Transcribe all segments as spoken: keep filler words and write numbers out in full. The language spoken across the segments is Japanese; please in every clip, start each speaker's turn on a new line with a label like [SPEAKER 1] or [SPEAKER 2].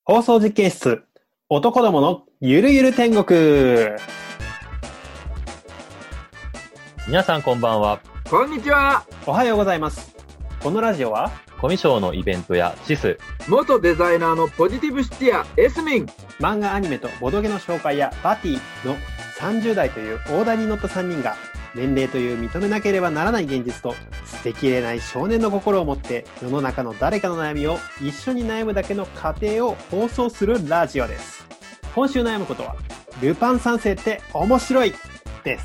[SPEAKER 1] 放送実験室、男どものゆるゆる天国。
[SPEAKER 2] 皆さんこんばんは。
[SPEAKER 3] こんにちは。
[SPEAKER 1] おはようございます。このラジオは、
[SPEAKER 2] コミショのイベントやシス、
[SPEAKER 3] 元デザイナーのポジティブシティア、エスミン、
[SPEAKER 1] 漫画アニメとボドゲの紹介やバティのさんじゅう代という大台に乗ったさんにんが、年齢という認めなければならない現実と捨てきれない少年の心を持って世の中の誰かの悩みを一緒に悩むだけの過程を放送するラジオです。今週悩むことはルパン三世って面白いです。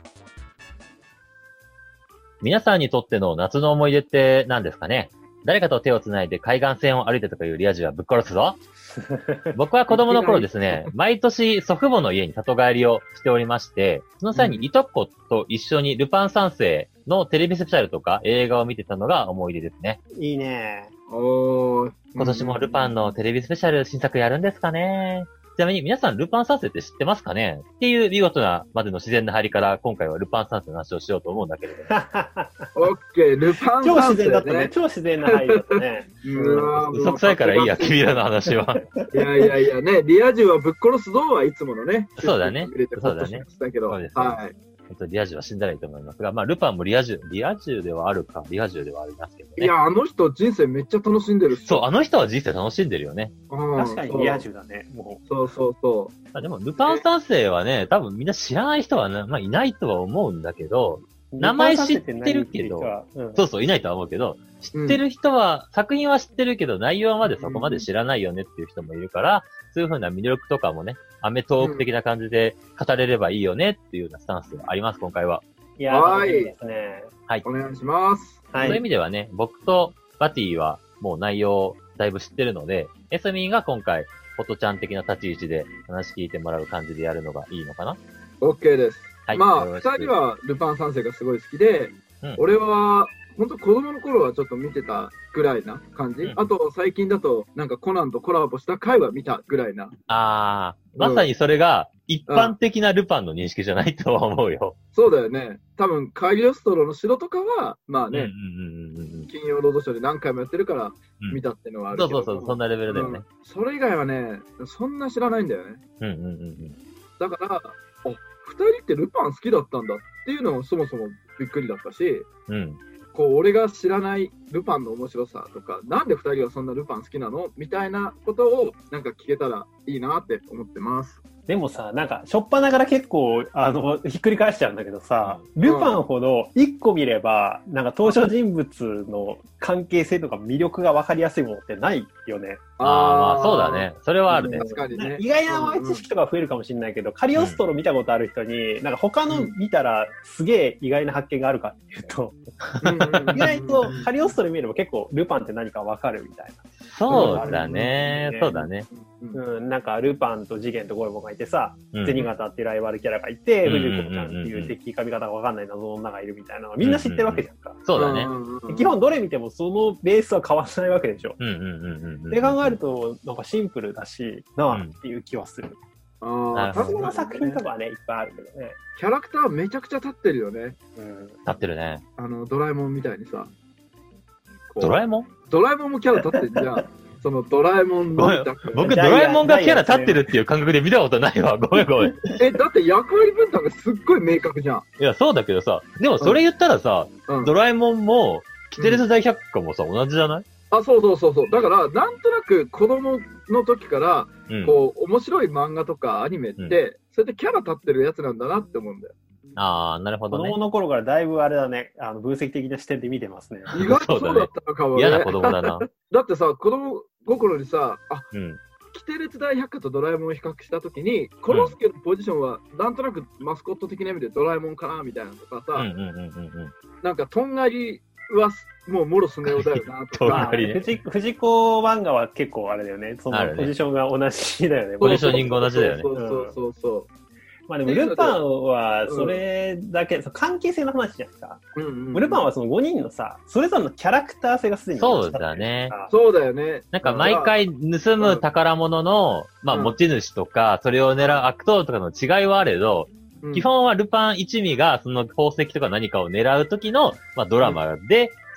[SPEAKER 2] 皆さんにとっての夏の思い出って何ですかね。誰かと手をつないで海岸線を歩いてとかいうリア充はぶっ殺すぞ。僕は子供の頃ですね、毎年祖父母の家に里帰りをしておりまして、その際にいとこと一緒にルパン三世のテレビスペシャルとか映画を見てたのが思い出ですね。
[SPEAKER 1] いいね。
[SPEAKER 3] おー。
[SPEAKER 2] 今年もルパンのテレビスペシャル新作やるんですかね。ちなみに皆さんルパン三世って知ってますかねっていう見事なまでの自然な入りから今回はルパン三世の話をしようと思うんだけれども。
[SPEAKER 3] オッケー、ルパン
[SPEAKER 1] 超
[SPEAKER 3] 三世、ね、
[SPEAKER 1] 自然だったね。超自然な入りだったね。
[SPEAKER 3] うん、
[SPEAKER 2] 嘘くさいからいいや、君らの話は。
[SPEAKER 3] いやいやいやね、リア充はぶっ殺すぞはいつものね。
[SPEAKER 2] そうだね。
[SPEAKER 3] そうだね。だけど、
[SPEAKER 2] そうです。
[SPEAKER 3] はい。
[SPEAKER 2] えっと、リア充は死んだらいいと思いますが、まあ、ルパンもリア充、リア充ではあるか、リア充ではありますけどね。
[SPEAKER 3] いや、あの人人生めっちゃ楽しんでるし。
[SPEAKER 2] そう、あの人は人生楽しんでるよね。
[SPEAKER 3] うん、
[SPEAKER 1] 確かにリア充だね。も
[SPEAKER 3] う。そうそうそう。
[SPEAKER 2] あでも、ルパン三世はね、多分みんな知らない人はね、まあ、いないとは思うんだけど、名前知ってるけど、うん、そうそう、いないとは思うけど、知ってる人は、うん、作品は知ってるけど、内容までそこまで知らないよねっていう人もいるから、そういう風な魅力とかもね、アメトーーク的な感じで語れればいいよねっていうようなスタンスがあります、今回は。
[SPEAKER 1] いやー、いいですね。
[SPEAKER 2] はい。
[SPEAKER 3] お願いします。
[SPEAKER 2] はい。そういう意味ではね、僕とバティはもう内容をだいぶ知ってるので、エスミンが今回、フォトちゃん的な立ち位置で話聞いてもらう感じでやるのがいいのかな？
[SPEAKER 3] OK です。はい。まあ、二人はルパン三世がすごい好きで、うん、俺は、本当子供の頃はちょっと見てたぐらいな感じ、うん、あと最近だとなんかコナンとコラボした回は見たぐらいな。
[SPEAKER 2] ああ、まさにそれが一般的なルパンの認識じゃないとは思うよ。
[SPEAKER 3] そうだよね。多分カリオストロの城とかはまあね、金曜ロードショーで何回もやってるから見たっていうのはあるけど、
[SPEAKER 2] うん、そうそうそう、そんなレベルだよね、うん、
[SPEAKER 3] それ以外はねそんな知らないんだよね。
[SPEAKER 2] うんうんうんうん。
[SPEAKER 3] だからあ、二人ってルパン好きだったんだっていうのもそもそもびっくりだったし、
[SPEAKER 2] うん。
[SPEAKER 3] こう俺が知らないルパンの面白さとか、なんでふたりはそんなルパン好きなのみたいなことをなんか聞けたらいいなって思ってます。
[SPEAKER 1] でもさ、なんかしょっぱながら結構あのひっくり返しちゃうんだけどさ、ルパンほど一個見ればなんか登場人物の関係性とか魅力が分かりやすいものってないよね。
[SPEAKER 2] ああ、まあそうだね。それはあるね。
[SPEAKER 3] 確かにね。
[SPEAKER 1] 意外な前知識とか増えるかもしれないけど、うん、カリオストロ見たことある人に、なんか他の見たらすげえ意外な発見があるかっていうと、意外とカリオストロ見れば結構ルパンって何か分かるみたいな。
[SPEAKER 2] そうだね。そうだね。
[SPEAKER 1] うん、なんかルパンと次元とゴルゴがいてさ、うん、銭形っていうライバルキャラがいて、うん、藤子ちゃんっていう敵髪型が分かんない謎の女がいるみたいなのはみんな知ってるわけじゃんか。
[SPEAKER 2] うんうん、そうだね。
[SPEAKER 1] 基本どれ見てもそのベースは変わらないわけでしょ。で考えるとなんかシンプルだしなあっていう気はする。
[SPEAKER 3] うん、あ
[SPEAKER 1] あ、さすがの作品とかはねいっぱいあるけどね。
[SPEAKER 3] キャラクターめちゃくちゃ立ってるよね。
[SPEAKER 2] うん、立ってるね。
[SPEAKER 3] あのドラえもんみたいにさ。
[SPEAKER 2] ドラえもん？
[SPEAKER 3] ドラえもんもキャラ立ってるじゃん。そのドラえもんの、ね、
[SPEAKER 2] 僕ドラえもんがキャラ立ってるっていう感覚で見たことないわ。ごめんごめん。
[SPEAKER 3] え、だって役割分担がすっごい明確じゃん。
[SPEAKER 2] いや、そうだけどさ、でもそれ言ったらさ、うん、ドラえもんも、キテレツ大百科もさ、同じじゃない？
[SPEAKER 3] あ、そうそうそうそう。だから、なんとなく子供の時から、うん、こう、面白い漫画とかアニメって、うん、それでキャラ立ってるやつなんだなって思うんだよ。
[SPEAKER 2] ああ、なるほどね。
[SPEAKER 1] 子供の頃からだいぶあれだね、あの分析的な視点で見てますね。
[SPEAKER 3] 意外とそうだったのかもね。
[SPEAKER 2] 嫌な子供だな。
[SPEAKER 3] だってさ、子供心にさ、あ、うん、キテレツ大百科とドラえもんを比較したときに、コロスケのポジションはなんとなくマスコット的な意味でドラえもんかなみたいなとかさ、なんかとんがりはもうもろスネ夫だよなとか、
[SPEAKER 1] ね、藤, 藤子漫画は結構あれだよね、そのポジションが同じだよね。
[SPEAKER 2] ポジショニング同じだよね。
[SPEAKER 3] そうそうそうそう。
[SPEAKER 1] まあでもルパンはそれだけ、うん、関係性の話じゃないですか、うんうんうん、ルパンはそのごにんのさそれぞれのキャラクター性がすでに
[SPEAKER 2] そうだね
[SPEAKER 3] そうだよね。
[SPEAKER 2] なんか毎回盗む宝物の、うん、まあ持ち主とかそれを狙う悪党とかの違いはあれど、うん、基本はルパン一味がその宝石とか何かを狙う時の、まあ、ドラマで、うん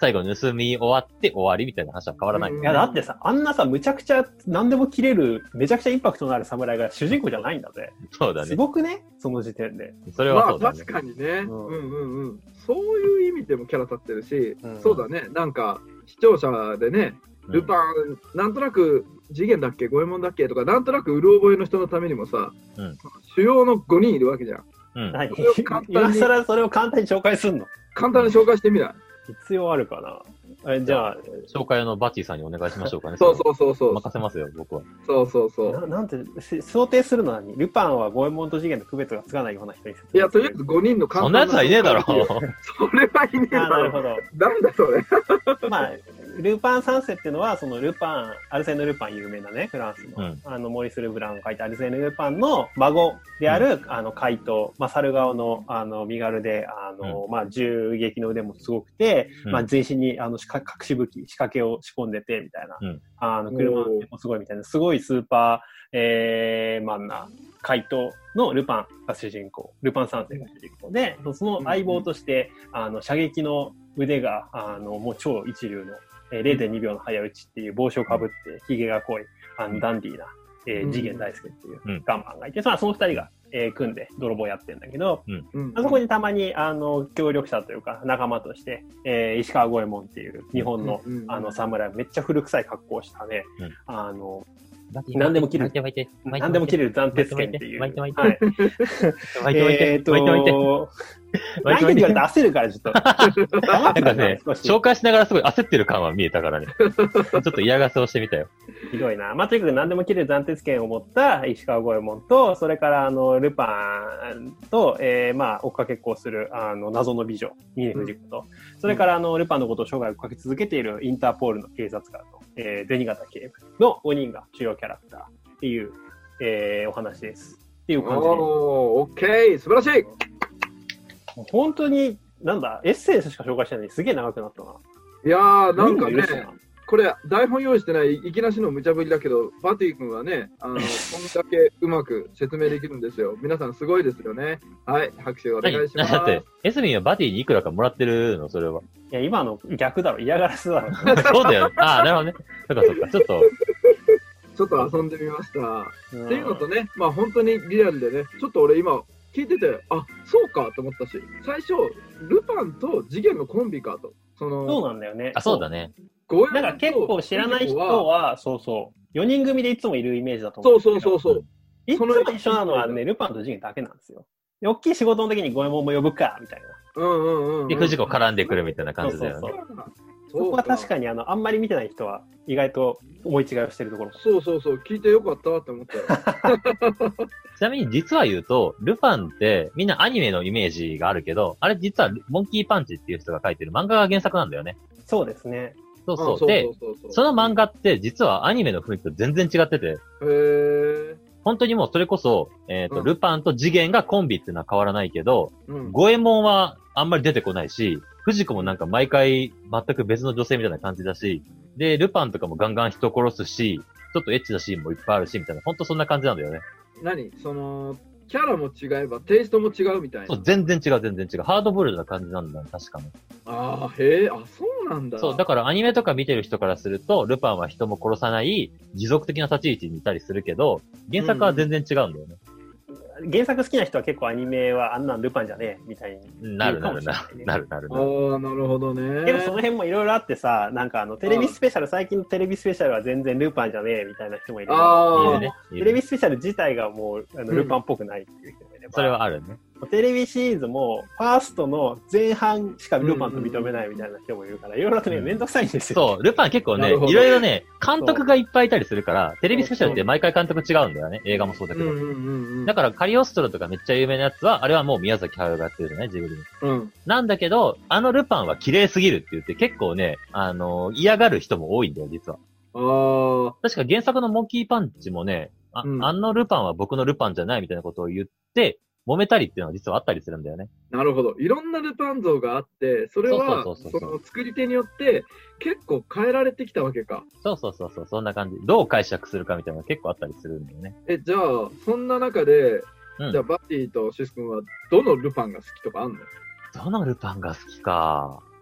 [SPEAKER 2] 最後盗み終わって終わりみたいな話は変わらない。
[SPEAKER 1] いや、だってさ、あんなさ、むちゃくちゃ何でも切れる、めちゃくちゃインパクトのある侍が主人公じゃないんだぜ。
[SPEAKER 2] そうだね。
[SPEAKER 1] すごくね、その時点で。
[SPEAKER 2] それはそうだね。
[SPEAKER 3] まあ確かにね。うん、うんうんうん。そういう意味でもキャラ立ってるし、うん、そうだね。なんか、視聴者でね、ルパン、うん、なんとなく次元だっけ五右衛門だっけとか、なんとなくうる覚えの人のためにもさ、うん、主要のごにんいるわけじゃん。
[SPEAKER 1] うん、何今更それを簡単に紹介すんの？
[SPEAKER 3] 簡単に紹介してみない？
[SPEAKER 1] 必要あるかな。えじゃあ、
[SPEAKER 2] 紹介のバッチーさんにお願いしましょうかね。
[SPEAKER 3] そうそうそうそう。
[SPEAKER 2] 任せますよ、僕は。
[SPEAKER 3] そうそうそう。
[SPEAKER 1] な, なんて、想定するのは何？ルパンは五右衛門と次元の区別がつかないような人に説
[SPEAKER 3] 明。いや、とりあえずごにんの
[SPEAKER 2] 簡単な。そんな奴はいねえだろ。そ
[SPEAKER 3] れはいねえだろ。
[SPEAKER 1] なるほど。
[SPEAKER 3] なんだそれ。
[SPEAKER 1] まあ、ルパン三世っていうのは、そのルパン、アルセーヌ・ルパン有名なね、フランスの、うん、あの、モリス・ルブランを書いたアルセーヌ・ルパンの孫である、うん、あの、怪盗、まあ、猿顔の、あの、身軽で、あの、うん、まあ、銃撃の腕もすごくて、うん、まあ、全身に、あの、隠し武器、仕掛けを仕込んでて、みたいな、うん、あの、車もすごいみたいな、すごいスーパー、えー、マンな、怪盗のルパンが主人公、ルパン三世が主人公で、その相棒として、あの、射撃の腕が、あの、もう超一流の、れいてんにびょうの早打ちっていう帽子をかぶって、髭が濃い、あの、ダンディーな、えー、次元大介っていうガンマンがいて、そのその二人が、えー、組んで泥棒やってんだけど、うん、あそこにたまに、あの、協力者というか、仲間として、えー、石川五右衛門っていう日本の、うん、あの、侍、めっちゃ古臭い格好をしたね、うん、あの、何でも切れる。何でも切れる斬鉄剣っていう。
[SPEAKER 2] 巻いて巻いて。はい。
[SPEAKER 1] えっと、何言われたら焦るからちょっと。
[SPEAKER 2] なんかね、紹介しながらすごい焦ってる感は見えたからね。ちょっと嫌がらせをしてみたよ。
[SPEAKER 1] ひどいな。まあ、とにかく何でも切れる斬鉄剣を持った石川五右衛門と、それからあの、ルパンと、えー、まあ、追っかけっこをする、あの、謎の美女、峰不二子と、それからあの、ルパンのことを生涯追っかけ続けているインターポールの警察官と、えー、銭形警部のごにんが主要キャラクターっていう、えー、お話です。っていう感じで。
[SPEAKER 3] おー、オッケー、素晴らしい。
[SPEAKER 1] 本当に、なんだ、エッセンスしか紹介してないのにすげえ長くなったな。
[SPEAKER 3] いやー、なんかね、これ、台本用意してない、いきなしの無茶ぶりだけど、バティ君はね、あの、こんだけうまく説明できるんですよ。皆さんすごいですよね。はい、拍手お願いします。
[SPEAKER 2] だって、エスミンはバティにいくらかもらってるの、それは。
[SPEAKER 1] いや、今の逆だろ、嫌がらせだろ。
[SPEAKER 2] そうだよ。ああ、なるほどね。そっかそっか、ちょっと。
[SPEAKER 3] ちょっと遊んでみました。っていうのとね、まあ本当にリアルでね、ちょっと俺今、聞いてて、あ、そうかと思ったし、最初、ルパンと次元のコンビかと。
[SPEAKER 1] そのそうなんだよね。
[SPEAKER 2] あ、そうだね。
[SPEAKER 1] なんか結構知らない人は、そうそう。よにん組でいつもいるイメージだと思う。
[SPEAKER 3] そうそうそうそう。
[SPEAKER 1] いつも一緒なのはね、ルパンと次元だけなんですよ。大きい仕事の時に五右衛門も呼ぶか、みたいな。
[SPEAKER 3] うんうんうん。
[SPEAKER 2] で、藤子絡んでくるみたいな感じだよね。そうそうそう。
[SPEAKER 1] そこは確かにあの、あんまり見てない人は意外と思い違いをしてるところ。
[SPEAKER 3] そうそうそう。聞いてよかったって思ったよ。
[SPEAKER 2] ちなみに実は言うと、ルパンってみんなアニメのイメージがあるけど、あれ実はモンキーパンチっていう人が書いてる漫画が原作なんだよね。
[SPEAKER 1] そうですね。
[SPEAKER 2] そうそう。そうで、その漫画って実はアニメの雰囲気と全然違ってて。
[SPEAKER 3] へー。
[SPEAKER 2] 本当にもうそれこそ、えっと、うん、ルパンと次元がコンビっていうのは変わらないけど、うん、五右衛門はあんまり出てこないし、藤子もなんか毎回全く別の女性みたいな感じだし、で、ルパンとかもガンガン人殺すし、ちょっとエッチなシーンもいっぱいあるし、みたいな、ほんとそんな感じなんだよね。
[SPEAKER 3] 何その、キャラも違えばテイストも違うみたいな。
[SPEAKER 2] そう、全然違う、全然違う。ハードボイルドな感じなんだ、確かに。
[SPEAKER 3] ああ、へえ、あ、そうなんだ。
[SPEAKER 2] そう、だからアニメとか見てる人からすると、ルパンは人も殺さない持続的な立ち位置にいたりするけど、原作は全然違うんだよね。うん
[SPEAKER 1] 原作好きな人は結構アニメはあんなんルパンじゃねえみたいに
[SPEAKER 2] なるなるなるなるなるな
[SPEAKER 3] る。ああ、なるほどね。
[SPEAKER 1] でもその辺もいろいろあってさ、なんかあのテレビスペシャル、最近のテレビスペシャルは全然ルパンじゃねえみたいな人もいる。
[SPEAKER 3] ああ、
[SPEAKER 1] ね、テレビスペシャル自体がもうあのルパンっぽくないっていう人もいれば、
[SPEAKER 2] それはあるね。
[SPEAKER 1] テレビシリーズもファーストの前半しかルパンと認めないみたいな人もいるから、いろいろとね、めんどくさいんですよ。
[SPEAKER 2] そう、ルパン結構ね、いろいろね、監督がいっぱいいたりするから、テレビスペシャルって毎回監督違うんだよね。映画もそうだけど。だからカリオストロとかめっちゃ有名なやつは、あれはもう宮崎駿がやってるじゃないジブリに。
[SPEAKER 3] うん。
[SPEAKER 2] なんだけど、あのルパンは綺麗すぎるって言って結構ね、あのー、嫌がる人も多いんだよ、実は。
[SPEAKER 3] ああ。
[SPEAKER 2] 確か原作のモンキーパンチもね、あ、うん、あのルパンは僕のルパンじゃないみたいなことを言って、揉めたりっていうのは実はあったりするんだよね。
[SPEAKER 3] なるほど。いろんなルパン像があって、それは、その作り手によって結構変えられてきたわけか。
[SPEAKER 2] そうそうそうそう、そんな感じ。どう解釈するかみたいなのが結構あったりするんだよね。
[SPEAKER 3] え、じゃあ、そんな中で、うん、じゃあ、バティとシス君はどのルパンが好きとかあんの？
[SPEAKER 2] どのルパンが好きか。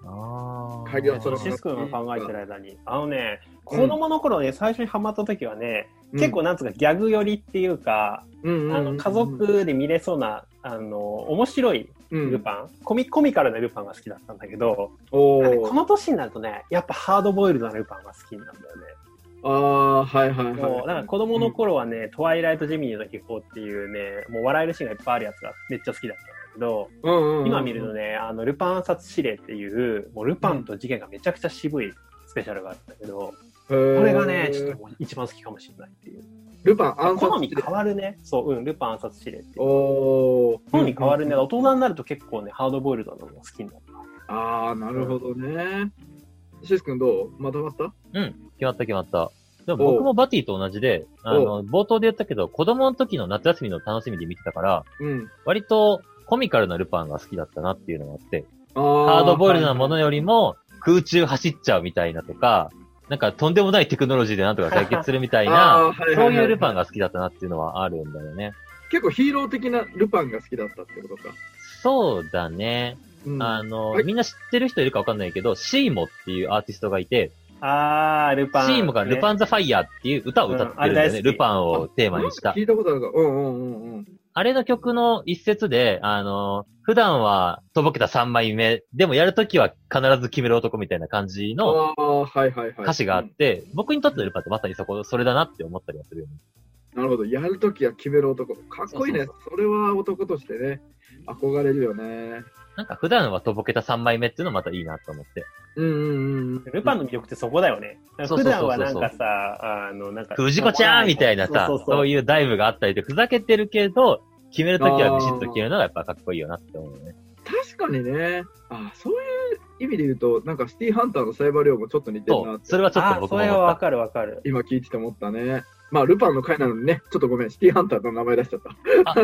[SPEAKER 2] あ
[SPEAKER 3] 鍵はその
[SPEAKER 1] シス君が考えてる間に。あのね、子供の頃ね、最初にハマった時はね、うん、結構なんつうかギャグ寄りっていうか、うん、あの家族で見れそうな、あの、面白いルパン、うん、コミ、コミカルなルパンが好きだったんだけど、この年になるとね、やっぱハードボイルドなルパンが好きなんだよね。
[SPEAKER 3] ああ、はいはいはい。
[SPEAKER 1] もう、だから子供の頃はね、うん、トワイライトジェミニの秘宝っていうね、もう笑えるシーンがいっぱいあるやつがめっちゃ好きだったんだけど、うんうんうんうん、今見るとね、あの、ルパン暗殺指令っていう、もうルパンと事件がめちゃくちゃ渋いスペシャルがあったんだけど、これがね、ちょっと一番好きかもしれないっていう。
[SPEAKER 3] ルパン暗殺
[SPEAKER 1] 好み変わるね。そう、うん、ルパン暗殺指令っていう。お好み変わるね。大人になると結構ね、ハードボイルドなのが好きになる。
[SPEAKER 3] ああ、なるほどね。シス君どうまとまった？
[SPEAKER 2] うん、決まった決まった。でも僕もバティと同じで、あの、冒頭で言ったけど、子供の時の夏休みの楽しみで見てたから、うん、割とコミカルなルパンが好きだったなっていうのがあって、ハードボイルドなものよりも空中走っちゃうみたいなとか、なんかとんでもないテクノロジーでなんとか解決するみたいな、そういうルパンが好きだったなっていうのはあるんだよね。
[SPEAKER 3] 結構ヒーロー的なルパンが好きだったってことか。
[SPEAKER 2] そうだね。うん、あの、はい、みんな知ってる人いるかわかんないけど、シーモっていうアーティストがいて、
[SPEAKER 1] あー、ルパン。
[SPEAKER 2] シーモがルパンザファイヤーっていう歌を歌ってるんだよね。うん、ルパンをテーマにした。
[SPEAKER 3] 聞いたことあるか。うんうんうんうん。あ
[SPEAKER 2] れの曲の一節で、あの、普段はとぼけた三枚目、でもやるときは必ず決める男みたいな感じの歌詞があって、僕にとってのルパンってまさにそこ、それだなって思ったりはするよね。
[SPEAKER 3] なるほど。やるときは決める男。かっこいいね。そうそうそう。それは男としてね、憧れるよね。
[SPEAKER 2] なんか普段はとぼけた三枚目っていうのまたいいなと思って。
[SPEAKER 1] うんうんうん。ルパンの魅力ってそこだよね。普段はなんかさ、あの、なんか。
[SPEAKER 2] 藤子ちゃんみたいなさ、そうそうそう、そういうダイブがあったりでふざけてるけど、決めるときはビシッと決めるのがやっぱかっこいいよなって思うね。
[SPEAKER 3] 確かにね。あ、そういう意味で言うと、なんかシティハンターのサイバーリョウもちょっと似てるなって。
[SPEAKER 2] それはちょっと僕も思った。
[SPEAKER 1] それはわかるわかる。
[SPEAKER 3] 今聞いてて思ったね。まあ、ルパンの回なのにね、ちょっとごめん、シティハンターの名前出しちゃった。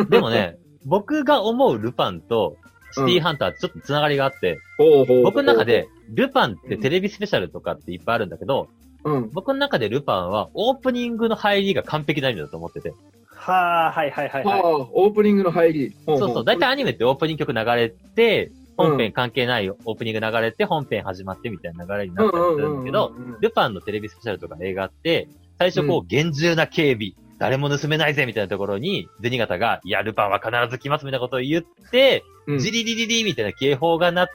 [SPEAKER 2] あ、でもね、僕が思うルパンと、シティハンターってちょっとつながりがあって、うん、僕の中で、ルパンってテレビスペシャルとかっていっぱいあるんだけど、うん、僕の中でルパンはオープニングの入りが完璧な意味だと思ってて。
[SPEAKER 1] はぁ、はいはいはい、はい。
[SPEAKER 3] オープニングの入り。
[SPEAKER 2] そうそう、だいたいアニメってオープニング曲流れて、本編関係ないオープニング流れて、本編始まってみたいな流れになったりするんだけど、ルパンのテレビスペシャルとか映画って、最初こう、厳重な警備、誰も盗めないぜみたいなところに、銭形が、いや、ルパンは必ず来ますみたいなことを言って、うん、ジリリリリみたいな警報が鳴って、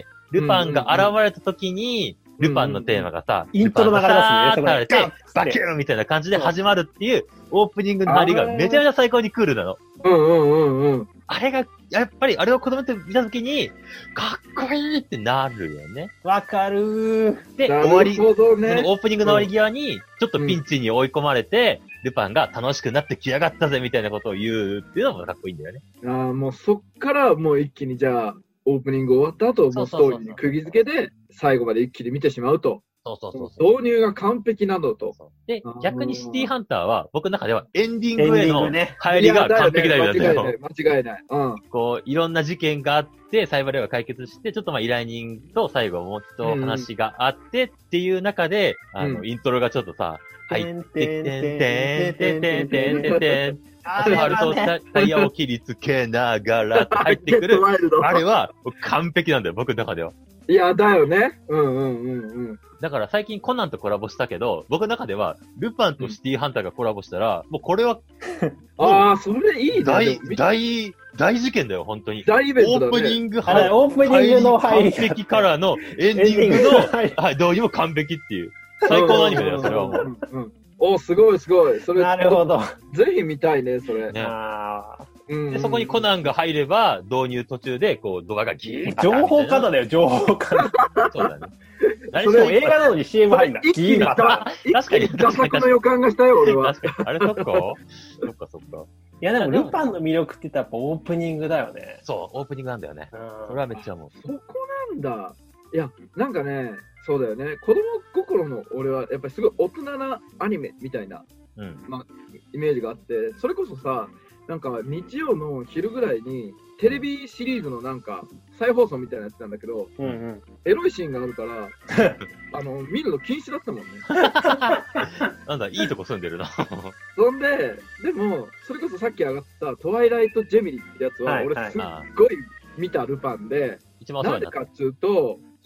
[SPEAKER 2] ルパンが現れた時に、ルパンのテーマがさ、
[SPEAKER 1] イントロ流れますね。
[SPEAKER 2] 流れて、バキューンみたいな感じで始まるっていう、オープニングの入りがめちゃめちゃ最高にクールなの。
[SPEAKER 3] うんうんうんうん。
[SPEAKER 2] あれが、やっぱり、あれを子供って見た時に、かっこいいってなるよね。
[SPEAKER 1] わかるー。
[SPEAKER 2] で、終わり、そのオープニングの終わり際に、ちょっとピンチに追い込まれて、ルパンが楽しくなってきやがったぜみたいなことを言うっていうのもかっこいいんだよね。
[SPEAKER 3] ああ、もうそっからもう一気にじゃあ、オープニング終わった後、もうストーリーに釘付けで、最後まで一気に見てしまうと。
[SPEAKER 2] そうそうそうそう。
[SPEAKER 3] 導入が完璧などと。
[SPEAKER 2] で、逆にシティハンターは、僕の中ではエンディングへの入りが完璧だよね。
[SPEAKER 3] 間違いない、間違いない。うん。
[SPEAKER 2] こう、いろんな事件があって、サイバーレオが解決して、ちょっとまあ依頼人と最後もう一度話があってっていう中で、あの、イントロがちょっとさ、入って、てんてんてんてんてんてんてんてん、アスファルトタイヤを切りつけながら入ってくる。あれは完璧なんだよ、僕の中では。
[SPEAKER 3] いや、だよね。うんうんうんうん。
[SPEAKER 2] だから最近コナンとコラボしたけど、僕の中では、ルパンとシティハンターがコラボしたら、もうこれは、
[SPEAKER 3] ああ、それいいね。
[SPEAKER 2] 大、大、大事件だよ、本当に。
[SPEAKER 3] 大イベントだね。
[SPEAKER 2] オープニング、
[SPEAKER 1] オープニングの入り
[SPEAKER 2] 完璧からのエンディングの、はい、どうにも完璧っていう。最高のアニメだよ、それはもう。うん、
[SPEAKER 3] お、すごいすごい。それ、
[SPEAKER 1] なるほど。
[SPEAKER 3] ぜひ見たいね、それ。
[SPEAKER 2] ね、で、そこにコナンが入れば、導入途中で、こう、動画がギーン。
[SPEAKER 1] 情報化だよ、情報化。
[SPEAKER 2] そうだね。
[SPEAKER 1] それ映画なのに シーエム 入んな。
[SPEAKER 3] ギーンバタ。確かに。画作の予感がしたよ、俺は。
[SPEAKER 2] 確かに。あれ、そっかそっかそっか。
[SPEAKER 1] いや、でも、ルパンの魅力って言ったらやっぱオープニングだよね。
[SPEAKER 2] そう、オープニングなんだよね。それはめっちゃ思う。
[SPEAKER 3] そこなんだ。いや、なんかね、そうだよね。子供心の俺は、やっぱりすごい大人なアニメみたいな、うん、まあ、イメージがあって、それこそさ、なんか日曜の昼ぐらいにテレビシリーズのなんか再放送みたいなやつなんだけど、うんうん、エロいシーンがあるからあの見るの禁止だったもんね。
[SPEAKER 2] なんだ、いいとこ住んでるな。
[SPEAKER 3] そんで、でもそれこそさっき上がったトワイライト・ジェミリってやつは、はい、俺すっごい見たルパンで、なんでかっつうと、